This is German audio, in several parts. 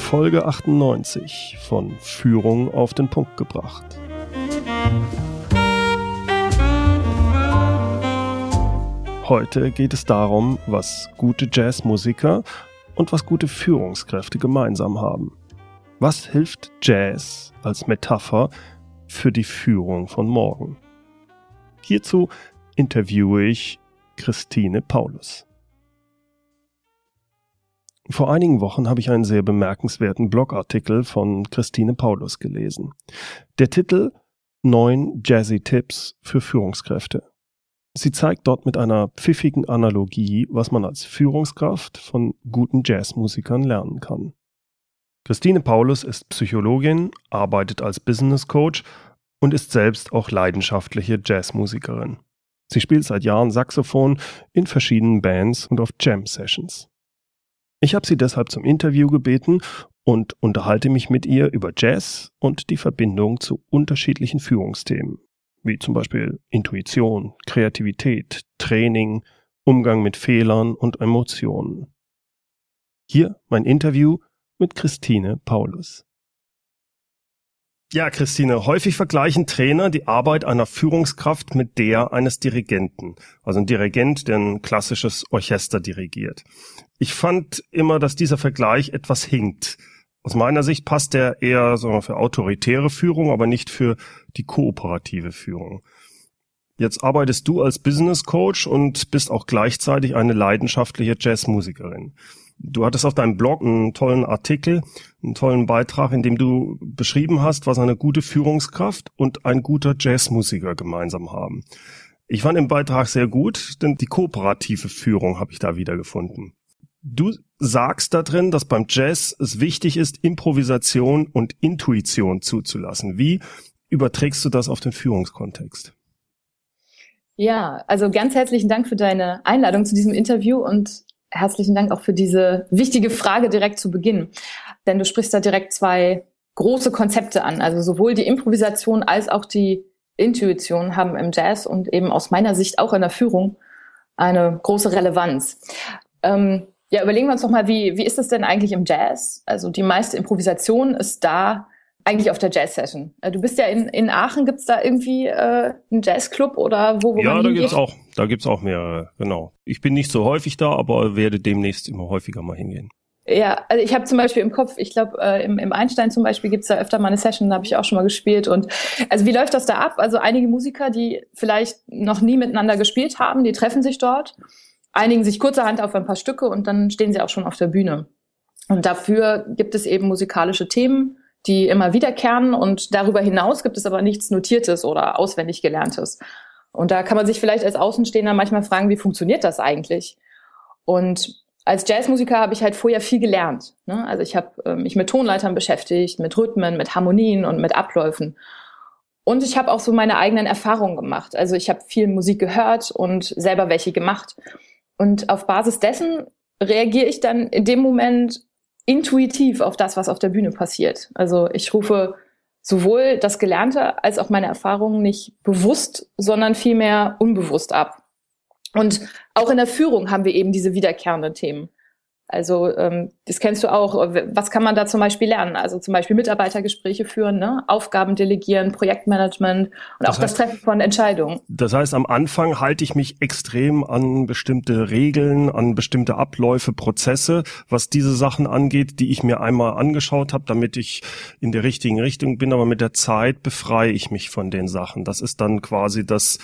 Folge 98 von Führung auf den Punkt gebracht. Heute geht es darum, was gute Jazzmusiker und was gute Führungskräfte gemeinsam haben. Was hilft Jazz als Metapher für die Führung von morgen? Hierzu interviewe ich Christine Paulus. Vor einigen Wochen habe ich einen sehr bemerkenswerten Blogartikel von Christine Paulus gelesen. Der Titel 9 Jazzy Tipps für Führungskräfte. Sie zeigt dort mit einer pfiffigen Analogie, was man als Führungskraft von guten Jazzmusikern lernen kann. Christine Paulus ist Psychologin, arbeitet als Business Coach und ist selbst auch leidenschaftliche Jazzmusikerin. Sie spielt seit Jahren Saxophon in verschiedenen Bands und auf Jam-Sessions. Ich habe sie deshalb zum Interview gebeten und unterhalte mich mit ihr über Jazz und die Verbindung zu unterschiedlichen Führungsthemen, wie zum Beispiel Intuition, Kreativität, Training, Umgang mit Fehlern und Emotionen. Hier mein Interview mit Christine Paulus. Ja, Christine, häufig vergleichen Trainer die Arbeit einer Führungskraft mit der eines Dirigenten. Also ein Dirigent, der ein klassisches Orchester dirigiert. Ich fand immer, dass dieser Vergleich etwas hinkt. Aus meiner Sicht passt der eher für autoritäre Führung, aber nicht für die kooperative Führung. Jetzt arbeitest du als Business Coach und bist auch gleichzeitig eine leidenschaftliche Jazzmusikerin. Du hattest auf deinem Blog einen tollen Artikel, einen tollen Beitrag, in dem du beschrieben hast, was eine gute Führungskraft und ein guter Jazzmusiker gemeinsam haben. Ich fand den Beitrag sehr gut, denn die kooperative Führung habe ich da wiedergefunden. Du sagst da drin, dass beim Jazz es wichtig ist, Improvisation und Intuition zuzulassen. Wie überträgst du das auf den Führungskontext? Ja, also ganz herzlichen Dank für deine Einladung zu diesem Interview und herzlichen Dank auch für diese wichtige Frage direkt zu Beginn. Denn du sprichst da direkt zwei große Konzepte an. Also sowohl die Improvisation als auch die Intuition haben im Jazz und eben aus meiner Sicht auch in der Führung eine große Relevanz. Überlegen wir uns doch mal, wie ist das denn eigentlich im Jazz? Also die meiste Improvisation ist da eigentlich auf der Jazz-Session. Du bist ja in Aachen, gibt's da irgendwie einen Jazzclub oder wo ja, man hingeht? Da gibt's auch mehrere, genau. Ich bin nicht so häufig da, aber werde demnächst immer häufiger mal hingehen. Ja, also ich habe zum Beispiel im Kopf, ich glaube im Einstein zum Beispiel gibt's da öfter mal eine Session, da habe ich auch schon mal gespielt. Und also wie läuft das da ab? Also einige Musiker, die vielleicht noch nie miteinander gespielt haben, die treffen sich dort, einigen sich kurzerhand auf ein paar Stücke und dann stehen sie auch schon auf der Bühne. Und dafür gibt es eben musikalische Themen, die immer wiederkehren, und darüber hinaus gibt es aber nichts Notiertes oder auswendig Gelerntes. Und da kann man sich vielleicht als Außenstehender manchmal fragen, wie funktioniert das eigentlich? Und als Jazzmusiker habe ich halt vorher viel gelernt, ne? Also ich habe mich mit Tonleitern beschäftigt, mit Rhythmen, mit Harmonien und mit Abläufen. Und ich habe auch so meine eigenen Erfahrungen gemacht. Also ich habe viel Musik gehört und selber welche gemacht. Und auf Basis dessen reagiere ich dann in dem Moment intuitiv auf das, was auf der Bühne passiert. Also ich rufe sowohl das Gelernte als auch meine Erfahrungen nicht bewusst, sondern vielmehr unbewusst ab. Und auch in der Führung haben wir eben diese wiederkehrenden Themen. Also das kennst du auch. Was kann man da zum Beispiel lernen? Also zum Beispiel Mitarbeitergespräche führen, ne? Aufgaben delegieren, Projektmanagement und auch das Treffen von Entscheidungen. Das heißt, am Anfang halte ich mich extrem an bestimmte Regeln, an bestimmte Abläufe, Prozesse, was diese Sachen angeht, die ich mir einmal angeschaut habe, damit ich in der richtigen Richtung bin. Aber mit der Zeit befreie ich mich von den Sachen. Das ist dann quasi das,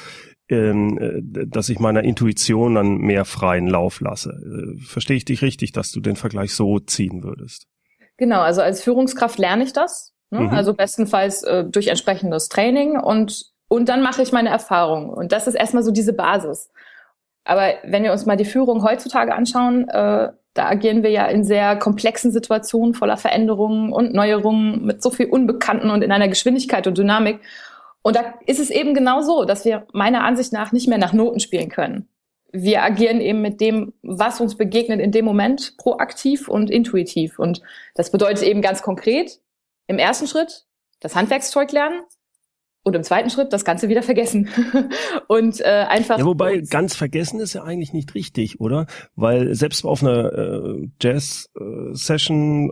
dass ich meiner Intuition dann mehr freien Lauf lasse. Verstehe ich dich richtig, dass du den Vergleich so ziehen würdest? Genau, also als Führungskraft lerne ich das, ne? Also bestenfalls durch entsprechendes Training und dann mache ich meine Erfahrung. Und das ist erstmal so diese Basis. Aber wenn wir uns mal die Führung heutzutage anschauen, da agieren wir ja in sehr komplexen Situationen voller Veränderungen und Neuerungen mit so viel Unbekannten und in einer Geschwindigkeit und Dynamik. Und da ist es eben genau so, dass wir meiner Ansicht nach nicht mehr nach Noten spielen können. Wir agieren eben mit dem, was uns begegnet in dem Moment, proaktiv und intuitiv. Und das bedeutet eben ganz konkret, im ersten Schritt das Handwerkszeug lernen, Und im zweiten Schritt das Ganze wieder vergessen. Und einfach. Ja, wobei ganz vergessen ist ja eigentlich nicht richtig, oder? Weil selbst auf einer Jazz-Session,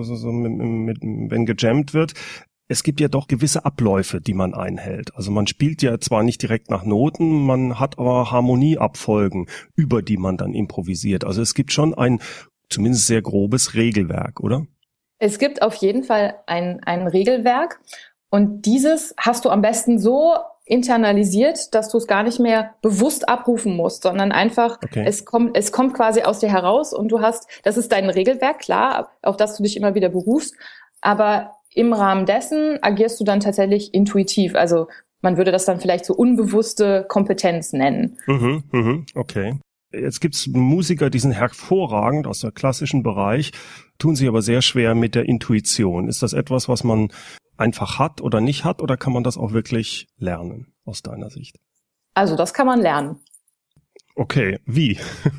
wenn gejammt wird, es gibt ja doch gewisse Abläufe, die man einhält. Also man spielt ja zwar nicht direkt nach Noten, man hat aber Harmonieabfolgen, über die man dann improvisiert. Also es gibt schon ein zumindest sehr grobes Regelwerk, oder? Es gibt auf jeden Fall ein Regelwerk. Und dieses hast du am besten so internalisiert, dass du es gar nicht mehr bewusst abrufen musst, sondern einfach, okay. es kommt quasi aus dir heraus und das ist dein Regelwerk, klar, auf das du dich immer wieder berufst, aber im Rahmen dessen agierst du dann tatsächlich intuitiv. Also man würde das dann vielleicht so unbewusste Kompetenz nennen. Okay. Jetzt gibt's Musiker, die sind hervorragend aus der klassischen Bereich, tun sich aber sehr schwer mit der Intuition. Ist das etwas, was man einfach hat oder nicht hat, oder kann man das auch wirklich lernen, aus deiner Sicht? Also das kann man lernen. Okay, wie?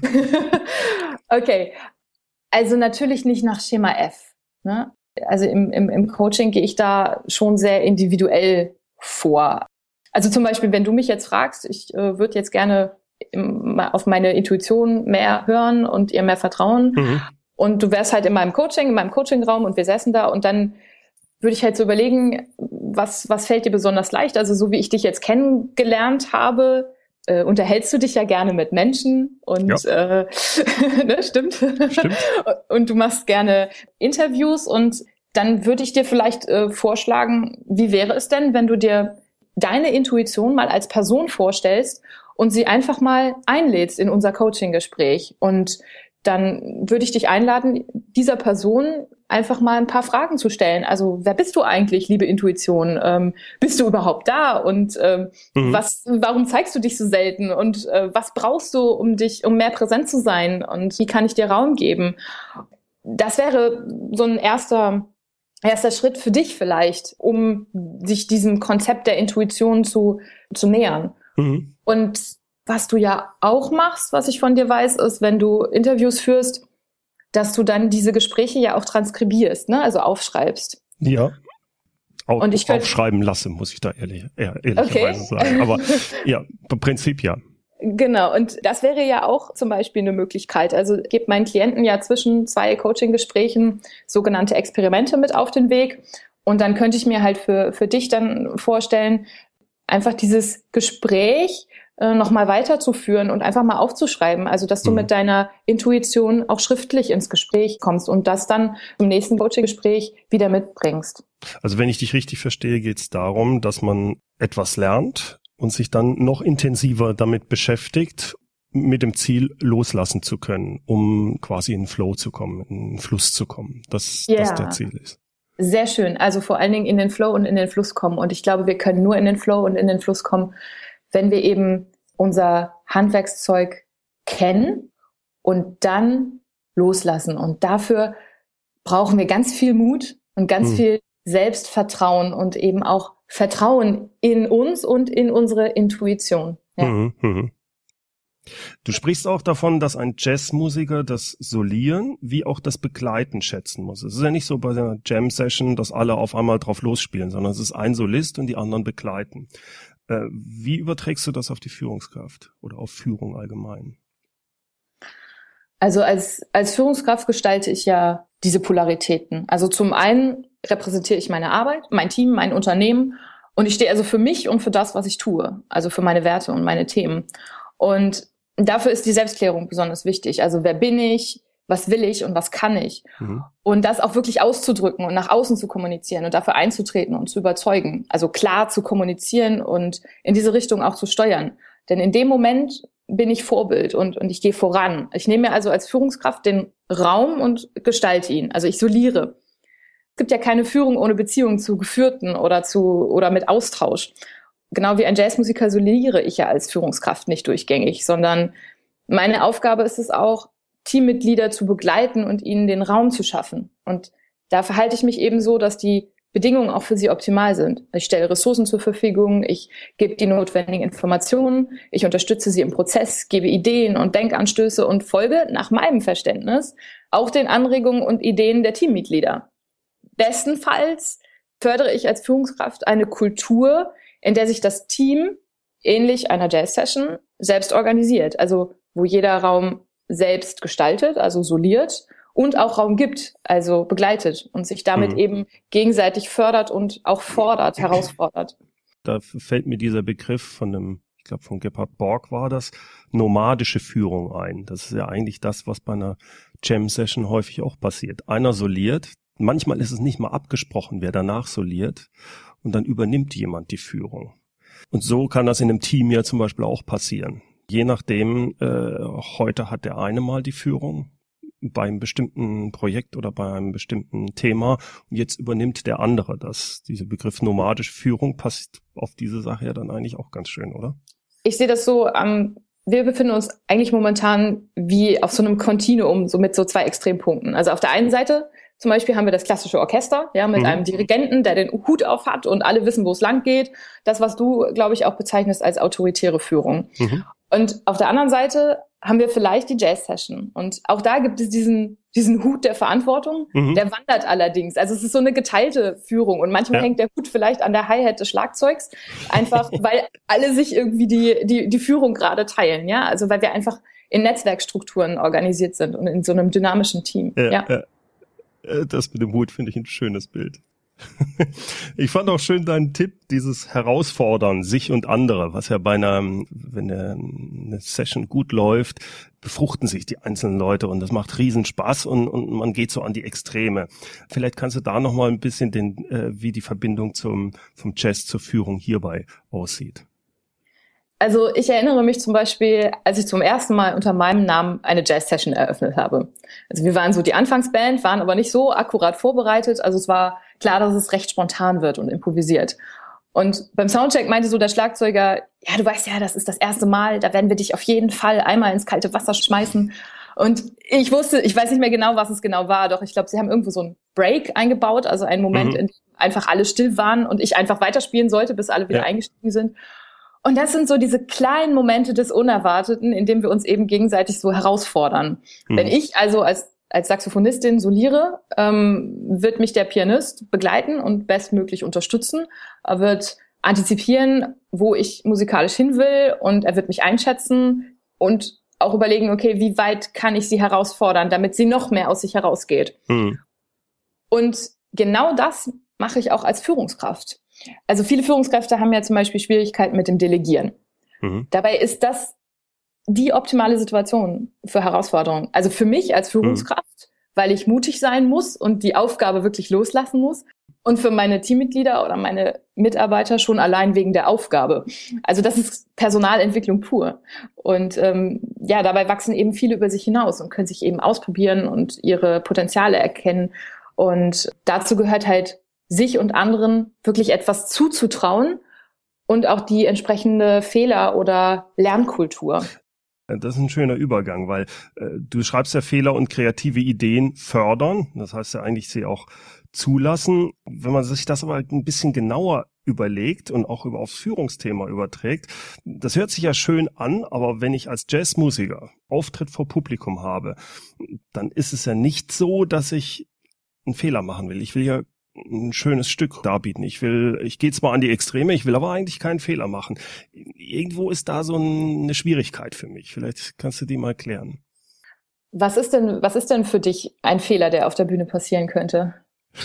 Okay, also natürlich nicht nach Schema F, ne? Also im Coaching gehe ich da schon sehr individuell vor. Also zum Beispiel, wenn du mich jetzt fragst, ich würde jetzt gerne auf meine Intuition mehr hören und ihr mehr vertrauen. Und du wärst halt in meinem Coachingraum und wir säßen da und dann würde ich halt so überlegen, was fällt dir besonders leicht? Also so wie ich dich jetzt kennengelernt habe, unterhältst du dich ja gerne mit Menschen und ja. Ne, stimmt. Und du machst gerne Interviews und dann würde ich dir vielleicht vorschlagen, wie wäre es denn, wenn du dir deine Intuition mal als Person vorstellst und sie einfach mal einlädst in unser Coaching-Gespräch. Und dann würde ich dich einladen, dieser Person einfach mal ein paar Fragen zu stellen. Also, wer bist du eigentlich, liebe Intuition? Bist du überhaupt da? Und warum zeigst du dich so selten? Und was brauchst du, um mehr präsent zu sein? Und wie kann ich dir Raum geben? Das wäre so ein erster Schritt für dich vielleicht, um sich diesem Konzept der Intuition zu nähern. Und was du ja auch machst, was ich von dir weiß, ist, wenn du Interviews führst, dass du dann diese Gespräche ja auch transkribierst, ne? Also aufschreibst. Ja. Und ich aufschreiben lasse, muss ich da ehrlicherweise sagen. Aber ja, im Prinzip ja. Genau, und das wäre ja auch zum Beispiel eine Möglichkeit. Also ich gebe meinen Klienten ja zwischen 2 Coaching-Gesprächen sogenannte Experimente mit auf den Weg. Und dann könnte ich mir halt für dich dann vorstellen, einfach dieses Gespräch nochmal weiterzuführen und einfach mal aufzuschreiben. Also, dass du mit deiner Intuition auch schriftlich ins Gespräch kommst und das dann im nächsten Coaching-Gespräch wieder mitbringst. Also, wenn ich dich richtig verstehe, geht es darum, dass man etwas lernt und sich dann noch intensiver damit beschäftigt, mit dem Ziel loslassen zu können, um quasi in den Flow zu kommen, in den Fluss zu kommen, dass das der Ziel ist. Sehr schön. Also vor allen Dingen in den Flow und in den Fluss kommen. Und ich glaube, wir können nur in den Flow und in den Fluss kommen, wenn wir eben unser Handwerkszeug kennen und dann loslassen. Und dafür brauchen wir ganz viel Mut und ganz viel Selbstvertrauen und eben auch Vertrauen in uns und in unsere Intuition. Ja. Du sprichst auch davon, dass ein Jazzmusiker das Solieren wie auch das Begleiten schätzen muss. Es ist ja nicht so bei einer Jam-Session, dass alle auf einmal drauf losspielen, sondern es ist ein Solist und die anderen begleiten. Wie überträgst du das auf die Führungskraft oder auf Führung allgemein? Also als Führungskraft gestalte ich ja diese Polaritäten. Also zum einen repräsentiere ich meine Arbeit, mein Team, mein Unternehmen und ich stehe also für mich und für das, was ich tue, also für meine Werte und meine Themen. Und dafür ist die Selbstklärung besonders wichtig. Also wer bin ich, was will ich und was kann ich? Und das auch wirklich auszudrücken und nach außen zu kommunizieren und dafür einzutreten und zu überzeugen. Also klar zu kommunizieren und in diese Richtung auch zu steuern. Denn in dem Moment bin ich Vorbild und ich gehe voran. Ich nehme mir also als Führungskraft den Raum und gestalte ihn. Also ich soliere. Es gibt ja keine Führung ohne Beziehung zu Geführten oder mit Austausch. Genau wie ein Jazzmusiker soliere ich ja als Führungskraft nicht durchgängig, sondern meine Aufgabe ist es auch, Teammitglieder zu begleiten und ihnen den Raum zu schaffen. Und da verhalte ich mich eben so, dass die Bedingungen auch für sie optimal sind. Ich stelle Ressourcen zur Verfügung, ich gebe die notwendigen Informationen, ich unterstütze sie im Prozess, gebe Ideen und Denkanstöße und folge nach meinem Verständnis auch den Anregungen und Ideen der Teammitglieder. Bestenfalls fördere ich als Führungskraft eine Kultur, in der sich das Team ähnlich einer Jazz-Session selbst organisiert. Also wo jeder Raum selbst gestaltet, also soliert, und auch Raum gibt, also begleitet und sich damit eben gegenseitig fördert und auch fordert, herausfordert. Da fällt mir dieser Begriff ich glaube von Gebhard Borg war das, nomadische Führung ein. Das ist ja eigentlich das, was bei einer Jam-Session häufig auch passiert. Einer soliert, manchmal ist es nicht mal abgesprochen, wer danach soliert, und dann übernimmt jemand die Führung. Und so kann das in einem Team ja zum Beispiel auch passieren. Je nachdem, heute hat der eine mal die Führung bei einem bestimmten Projekt oder bei einem bestimmten Thema und jetzt übernimmt der andere das. Dieser Begriff nomadische Führung passt auf diese Sache ja dann eigentlich auch ganz schön, oder? Ich sehe das so, wir befinden uns eigentlich momentan wie auf so einem Kontinuum, so mit so 2 Extrempunkten. Also auf der einen Seite zum Beispiel haben wir das klassische Orchester, ja, mit einem Dirigenten, der den Hut auf hat und alle wissen, wo es lang geht. Das, was du, glaube ich, auch bezeichnest als autoritäre Führung. Und auf der anderen Seite haben wir vielleicht die Jazz-Session. Und auch da gibt es diesen Hut der Verantwortung, der wandert allerdings. Also es ist so eine geteilte Führung. Und manchmal hängt der Hut vielleicht an der Hi-Hat des Schlagzeugs, einfach weil alle sich irgendwie die Führung gerade teilen. Ja, also weil wir einfach in Netzwerkstrukturen organisiert sind und in so einem dynamischen Team. Das mit dem Hut finde ich ein schönes Bild. Ich fand auch schön deinen Tipp, dieses Herausfordern, sich und andere, was ja wenn eine Session gut läuft, befruchten sich die einzelnen Leute und das macht riesen Spaß und man geht so an die Extreme. Vielleicht kannst du da noch mal ein bisschen wie die Verbindung vom Jazz zur Führung hierbei aussieht. Also ich erinnere mich zum Beispiel, als ich zum ersten Mal unter meinem Namen eine Jazz-Session eröffnet habe. Also wir waren so die Anfangsband, waren aber nicht so akkurat vorbereitet. Also es war klar, dass es recht spontan wird und improvisiert. Und beim Soundcheck meinte so der Schlagzeuger, ja, du weißt ja, das ist das erste Mal, da werden wir dich auf jeden Fall einmal ins kalte Wasser schmeißen. Und ich weiß nicht mehr genau, was es genau war, doch ich glaube, sie haben irgendwo so einen Break eingebaut, also einen Moment, in dem einfach alle still waren und ich einfach weiterspielen sollte, bis alle wieder eingestiegen sind. Und das sind so diese kleinen Momente des Unerwarteten, in dem wir uns eben gegenseitig so herausfordern. Wenn ich also als Saxophonistin soliere, wird mich der Pianist begleiten und bestmöglich unterstützen. Er wird antizipieren, wo ich musikalisch hin will, und er wird mich einschätzen und auch überlegen, okay, wie weit kann ich sie herausfordern, damit sie noch mehr aus sich herausgeht. Und genau das mache ich auch als Führungskraft. Also viele Führungskräfte haben ja zum Beispiel Schwierigkeiten mit dem Delegieren. Dabei ist das die optimale Situation für Herausforderungen. Also für mich als Führungskraft, weil ich mutig sein muss und die Aufgabe wirklich loslassen muss. Und für meine Teammitglieder oder meine Mitarbeiter schon allein wegen der Aufgabe. Also das ist Personalentwicklung pur. Und dabei wachsen eben viele über sich hinaus und können sich eben ausprobieren und ihre Potenziale erkennen. Und dazu gehört halt, sich und anderen wirklich etwas zuzutrauen und auch die entsprechende Fehler- oder Lernkultur. Das ist ein schöner Übergang, weil du schreibst ja Fehler und kreative Ideen fördern. Das heißt ja eigentlich sie auch zulassen. Wenn man sich das aber ein bisschen genauer überlegt und auch aufs Führungsthema überträgt, das hört sich ja schön an, aber wenn ich als Jazzmusiker Auftritt vor Publikum habe, dann ist es ja nicht so, dass ich einen Fehler machen will. Ich will ja ein schönes Stück darbieten. Ich gehe zwar an die Extreme, ich will aber eigentlich keinen Fehler machen. Irgendwo ist da so eine Schwierigkeit für mich. Vielleicht kannst du die mal klären. Was ist denn für dich ein Fehler, der auf der Bühne passieren könnte?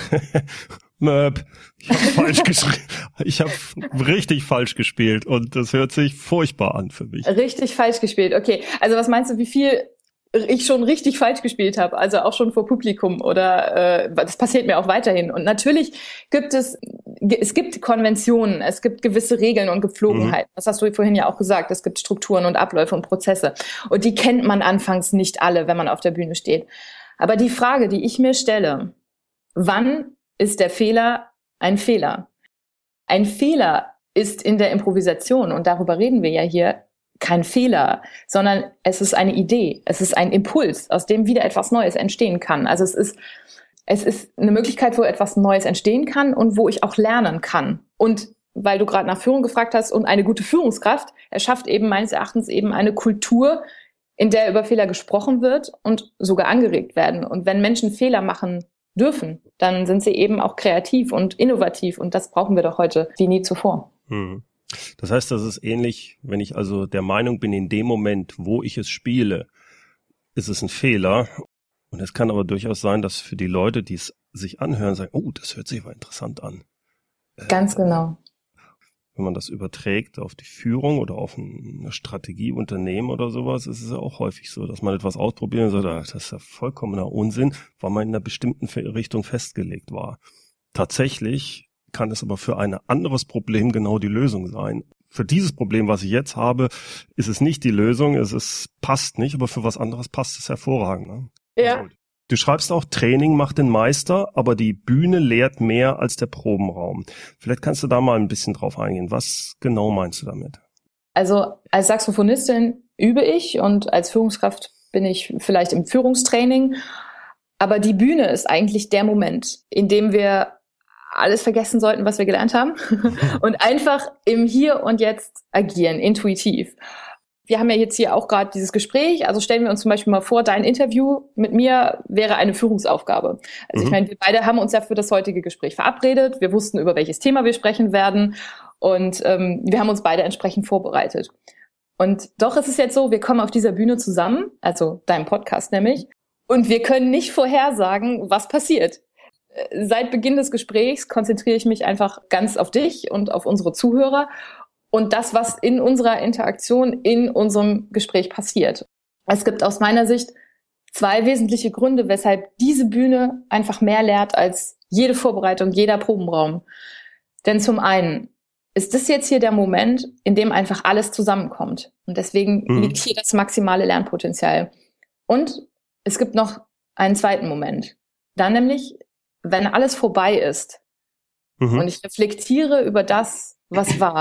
Möp, ich habe falsch geschrieben. Ich habe richtig falsch gespielt und das hört sich furchtbar an für mich. Richtig falsch gespielt, okay. Also was meinst du, wie viel ich schon richtig falsch gespielt habe, also auch schon vor Publikum, oder das passiert mir auch weiterhin. Und natürlich gibt es Konventionen, es gibt gewisse Regeln und Gepflogenheiten. Das hast du vorhin ja auch gesagt. Es gibt Strukturen und Abläufe und Prozesse. Und die kennt man anfangs nicht alle, wenn man auf der Bühne steht. Aber die Frage, die ich mir stelle: Wann ist der Fehler ein Fehler? Ein Fehler ist in der Improvisation, und darüber reden wir ja hier, kein Fehler, sondern es ist eine Idee, es ist ein Impuls, aus dem wieder etwas Neues entstehen kann. Also es ist eine Möglichkeit, wo etwas Neues entstehen kann und wo ich auch lernen kann. Und weil du gerade nach Führung gefragt hast, und eine gute Führungskraft erschafft eben meines Erachtens eben eine Kultur, in der über Fehler gesprochen wird und sogar angeregt werden. Und wenn Menschen Fehler machen dürfen, dann sind sie eben auch kreativ und innovativ und das brauchen wir doch heute wie nie zuvor. Das heißt, das ist ähnlich, wenn ich also der Meinung bin, in dem Moment, wo ich es spiele, ist es ein Fehler. Und es kann aber durchaus sein, dass für die Leute, die es sich anhören, sagen, oh, das hört sich aber interessant an. Ganz genau. Wenn man das überträgt auf die Führung oder auf eine Strategie, Unternehmen oder sowas, ist es ja auch häufig so, dass man etwas ausprobiert und sagt, das ist ja vollkommener Unsinn, weil man in einer bestimmten Richtung festgelegt war. Tatsächlich kann es aber für ein anderes Problem genau die Lösung sein. Für dieses Problem, was ich jetzt habe, ist es nicht die Lösung, passt nicht, aber für was anderes passt es hervorragend. Ne? Ja. Also, du schreibst auch, Training macht den Meister, aber die Bühne lehrt mehr als der Probenraum. Vielleicht kannst du da mal ein bisschen drauf eingehen. Was genau meinst du damit? Also als Saxophonistin übe ich und als Führungskraft bin ich vielleicht im Führungstraining. Aber die Bühne ist eigentlich der Moment, in dem wir alles vergessen sollten, was wir gelernt haben und einfach im Hier und Jetzt agieren, intuitiv. Wir haben ja jetzt hier auch gerade dieses Gespräch, also stellen wir uns zum Beispiel mal vor, dein Interview mit mir wäre eine Führungsaufgabe. Also ich meine, wir beide haben uns ja für das heutige Gespräch verabredet, wir wussten, über welches Thema wir sprechen werden und wir haben uns beide entsprechend vorbereitet. Und doch ist es jetzt so, wir kommen auf dieser Bühne zusammen, also deinem Podcast nämlich, und wir können nicht vorhersagen, was passiert. Seit Beginn des Gesprächs konzentriere ich mich einfach ganz auf dich und auf unsere Zuhörer und das, was in unserer Interaktion, in unserem Gespräch passiert. Es gibt aus meiner Sicht 2 wesentliche Gründe, weshalb diese Bühne einfach mehr lehrt als jede Vorbereitung, jeder Probenraum. Denn zum einen ist das jetzt hier der Moment, in dem einfach alles zusammenkommt. Und deswegen liegt hier das maximale Lernpotenzial. Und es gibt noch einen zweiten Moment. Dann nämlich, wenn alles vorbei ist und ich reflektiere über das, was war.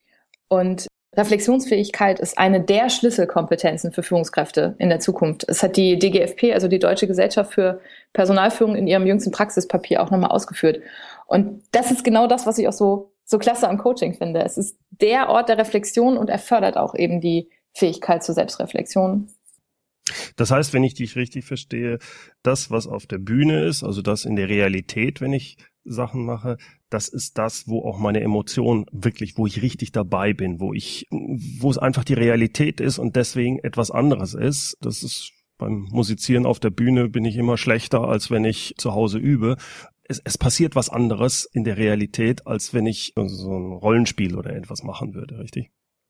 Und Reflexionsfähigkeit ist eine der Schlüsselkompetenzen für Führungskräfte in der Zukunft. Es hat die DGFP, also die Deutsche Gesellschaft für Personalführung, in ihrem jüngsten Praxispapier auch nochmal ausgeführt. Und das ist genau das, was ich auch so klasse am Coaching finde. Es ist der Ort der Reflexion und er fördert auch eben die Fähigkeit zur Selbstreflexion. Das heißt, wenn ich dich richtig verstehe, das, was auf der Bühne ist, also das in der Realität, wenn ich Sachen mache, das ist das, wo auch meine Emotionen wirklich, wo ich richtig dabei bin, wo es einfach die Realität ist und deswegen etwas anderes ist. Das ist beim Musizieren auf der Bühne bin ich immer schlechter, als wenn ich zu Hause übe. Es passiert was anderes in der Realität, als wenn ich so ein Rollenspiel oder etwas machen würde, richtig?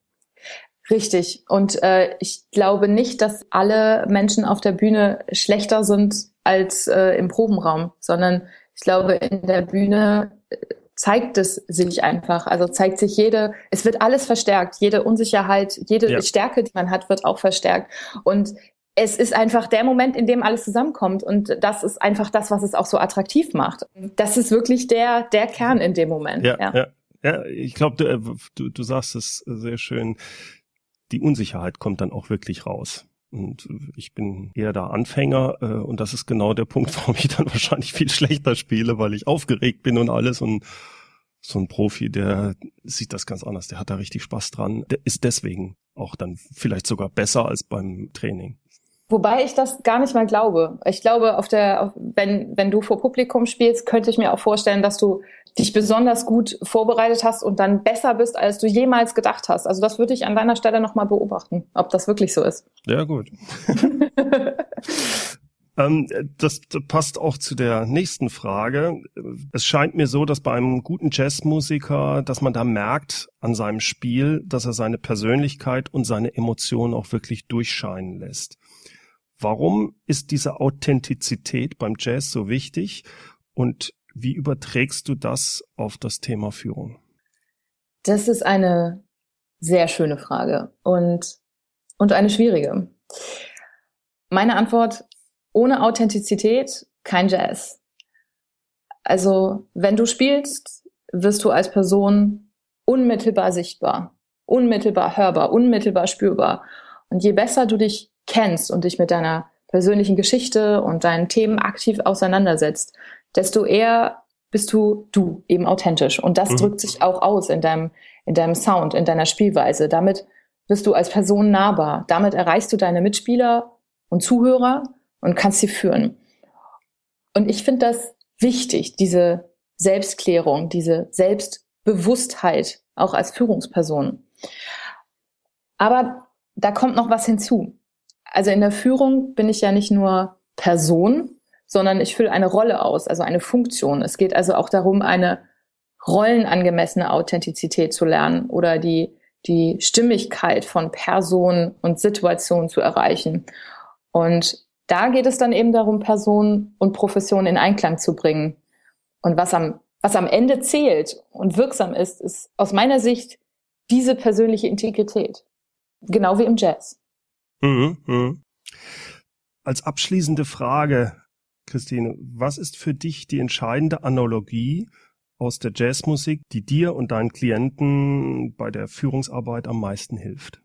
Richtig. Und ich glaube nicht, dass alle Menschen auf der Bühne schlechter sind als im Probenraum, sondern ich glaube, in der Bühne zeigt es sich einfach. Also zeigt sich es wird alles verstärkt. Jede Unsicherheit, jede Stärke, die man hat, wird auch verstärkt. Und es ist einfach der Moment, in dem alles zusammenkommt. Und das ist einfach das, was es auch so attraktiv macht. Das ist wirklich der Kern in dem Moment. Ja, ich glaube, du sagst es sehr schön. Die Unsicherheit kommt dann auch wirklich raus. Und ich bin eher der Anfänger und das ist genau der Punkt, warum ich dann wahrscheinlich viel schlechter spiele, weil ich aufgeregt bin und alles. Und so ein Profi, der sieht das ganz anders, der hat da richtig Spaß dran. Der ist deswegen auch dann vielleicht sogar besser als beim Training. Wobei ich das gar nicht mal glaube. Ich glaube, wenn du vor Publikum spielst, könnte ich mir auch vorstellen, dass du dich besonders gut vorbereitet hast und dann besser bist, als du jemals gedacht hast. Also das würde ich an deiner Stelle nochmal beobachten, ob das wirklich so ist. Ja, gut. Das passt auch zu der nächsten Frage. Es scheint mir so, dass bei einem guten Jazzmusiker, dass man da merkt an seinem Spiel, dass er seine Persönlichkeit und seine Emotionen auch wirklich durchscheinen lässt. Warum ist diese Authentizität beim Jazz so wichtig und wie überträgst du das auf das Thema Führung? Das ist eine sehr schöne Frage und eine schwierige. Meine Antwort: Ohne Authentizität kein Jazz. Also, wenn du spielst, wirst du als Person unmittelbar sichtbar, unmittelbar hörbar, unmittelbar spürbar. Und je besser du dich kennst und dich mit deiner persönlichen Geschichte und deinen Themen aktiv auseinandersetzt, desto eher bist du eben authentisch. Und das drückt sich auch aus in deinem Sound, in deiner Spielweise. Damit bist du als Person nahbar. Damit erreichst du deine Mitspieler und Zuhörer und kannst sie führen. Und ich finde das wichtig, diese Selbstklärung, diese Selbstbewusstheit, auch als Führungsperson. Aber da kommt noch was hinzu. Also in der Führung bin ich ja nicht nur Person, sondern ich fülle eine Rolle aus, also eine Funktion. Es geht also auch darum, eine rollenangemessene Authentizität zu lernen oder die Stimmigkeit von Personen und Situationen zu erreichen. Und da geht es dann eben darum, Person und Profession in Einklang zu bringen. Und was am Ende zählt und wirksam ist aus meiner Sicht diese persönliche Integrität. Genau wie im Jazz. Als abschließende Frage, Christine, was ist für dich die entscheidende Analogie aus der Jazzmusik, die dir und deinen Klienten bei der Führungsarbeit am meisten hilft?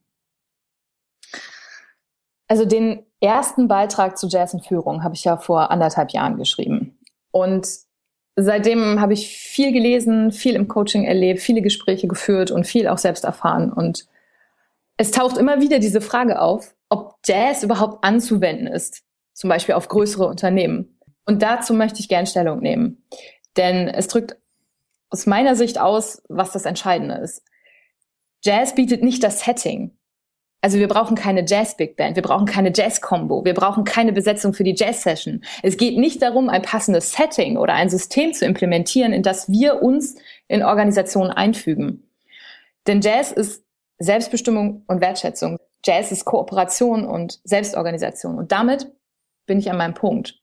Also den ersten Beitrag zu Jazz in Führung habe ich ja vor 1,5 Jahren geschrieben. Und seitdem habe ich viel gelesen, viel im Coaching erlebt, viele Gespräche geführt und viel auch selbst erfahren. Und es taucht immer wieder diese Frage auf, ob Jazz überhaupt anzuwenden ist, zum Beispiel auf größere Unternehmen. Und dazu möchte ich gern Stellung nehmen. Denn es drückt aus meiner Sicht aus, was das Entscheidende ist. Jazz bietet nicht das Setting. Also wir brauchen keine Jazz-Big Band, wir brauchen keine Jazz-Combo, wir brauchen keine Besetzung für die Jazz-Session. Es geht nicht darum, ein passendes Setting oder ein System zu implementieren, in das wir uns in Organisationen einfügen. Denn Jazz ist Selbstbestimmung und Wertschätzung. Jazz ist Kooperation und Selbstorganisation. Und damit bin ich an meinem Punkt.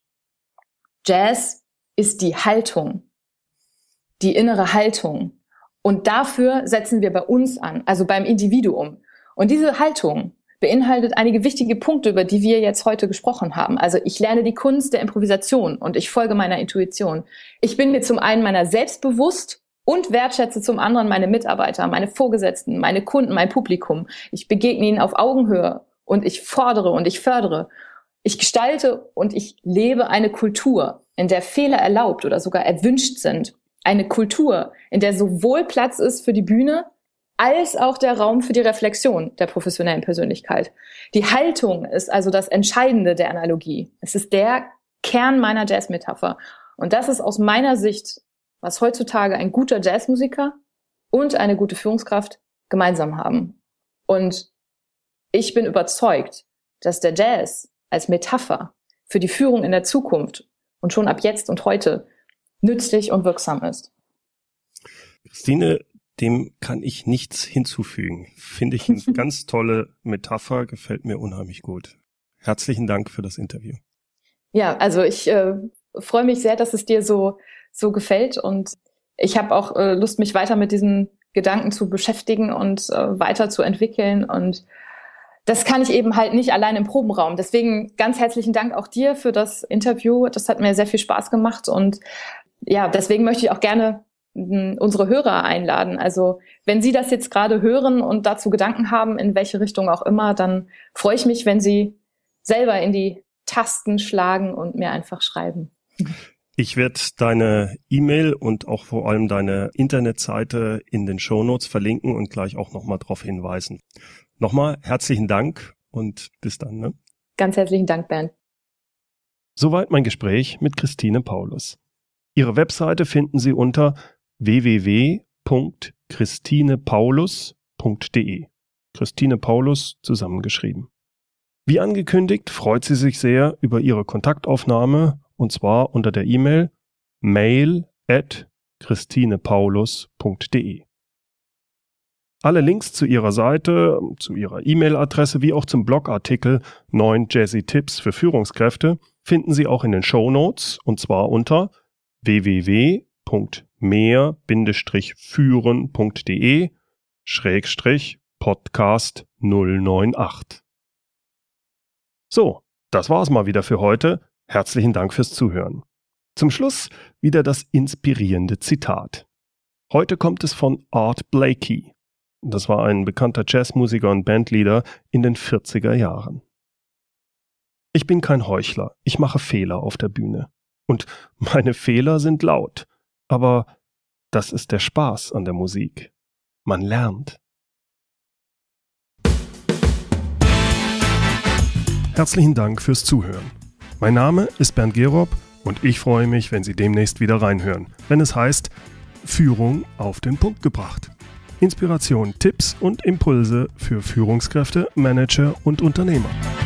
Jazz ist die Haltung, die innere Haltung. Und dafür setzen wir bei uns an, also beim Individuum. Und diese Haltung beinhaltet einige wichtige Punkte, über die wir jetzt heute gesprochen haben. Also ich lerne die Kunst der Improvisation und ich folge meiner Intuition. Ich bin mir zum einen meiner selbst bewusst und wertschätze zum anderen meine Mitarbeiter, meine Vorgesetzten, meine Kunden, mein Publikum. Ich begegne ihnen auf Augenhöhe und ich fordere und ich fördere. Ich gestalte und ich lebe eine Kultur, in der Fehler erlaubt oder sogar erwünscht sind. Eine Kultur, in der sowohl Platz ist für die Bühne, als auch der Raum für die Reflexion der professionellen Persönlichkeit. Die Haltung ist also das Entscheidende der Analogie. Es ist der Kern meiner Jazz-Metapher. Und das ist aus meiner Sicht, was heutzutage ein guter Jazzmusiker und eine gute Führungskraft gemeinsam haben. Und ich bin überzeugt, dass der Jazz als Metapher für die Führung in der Zukunft und schon ab jetzt und heute nützlich und wirksam ist. Christine, dem kann ich nichts hinzufügen. Finde ich eine ganz tolle Metapher, gefällt mir unheimlich gut. Herzlichen Dank für das Interview. Ja, also ich freue mich sehr, dass es dir so gefällt und ich habe auch Lust, mich weiter mit diesen Gedanken zu beschäftigen und weiter zu entwickeln und das kann ich eben halt nicht allein im Probenraum. Deswegen ganz herzlichen Dank auch dir für das Interview. Das hat mir sehr viel Spaß gemacht und ja, deswegen möchte ich auch gerne unsere Hörer einladen. Also wenn Sie das jetzt gerade hören und dazu Gedanken haben, in welche Richtung auch immer, dann freue ich mich, wenn Sie selber in die Tasten schlagen und mir einfach schreiben. Ich werde deine E-Mail und auch vor allem deine Internetseite in den Shownotes verlinken und gleich auch nochmal darauf hinweisen. Nochmal herzlichen Dank und bis dann. Ne? Ganz herzlichen Dank, Bernd. Soweit mein Gespräch mit Christine Paulus. Ihre Webseite finden Sie unter www.christinepaulus.de. Christine Paulus zusammengeschrieben. Wie angekündigt, freut sie sich sehr über Ihre Kontaktaufnahme und zwar unter der E-Mail mail@christinepaulus.de. Alle Links zu ihrer Seite, zu ihrer E-Mail-Adresse wie auch zum Blogartikel 9 Jazzy Tipps für Führungskräfte finden Sie auch in den Shownotes und zwar unter www.mehr-führen.de/Podcast 098. So, das war's mal wieder für heute. Herzlichen Dank fürs Zuhören. Zum Schluss wieder das inspirierende Zitat. Heute kommt es von Art Blakey. Das war ein bekannter Jazzmusiker und Bandleader in den 40er Jahren. Ich bin kein Heuchler, ich mache Fehler auf der Bühne. Und meine Fehler sind laut. Aber das ist der Spaß an der Musik. Man lernt. Herzlichen Dank fürs Zuhören. Mein Name ist Bernd Gerob Und ich freue mich, wenn Sie demnächst wieder reinhören, wenn es heißt Führung auf den Punkt gebracht. Inspiration, Tipps und Impulse für Führungskräfte, Manager und Unternehmer.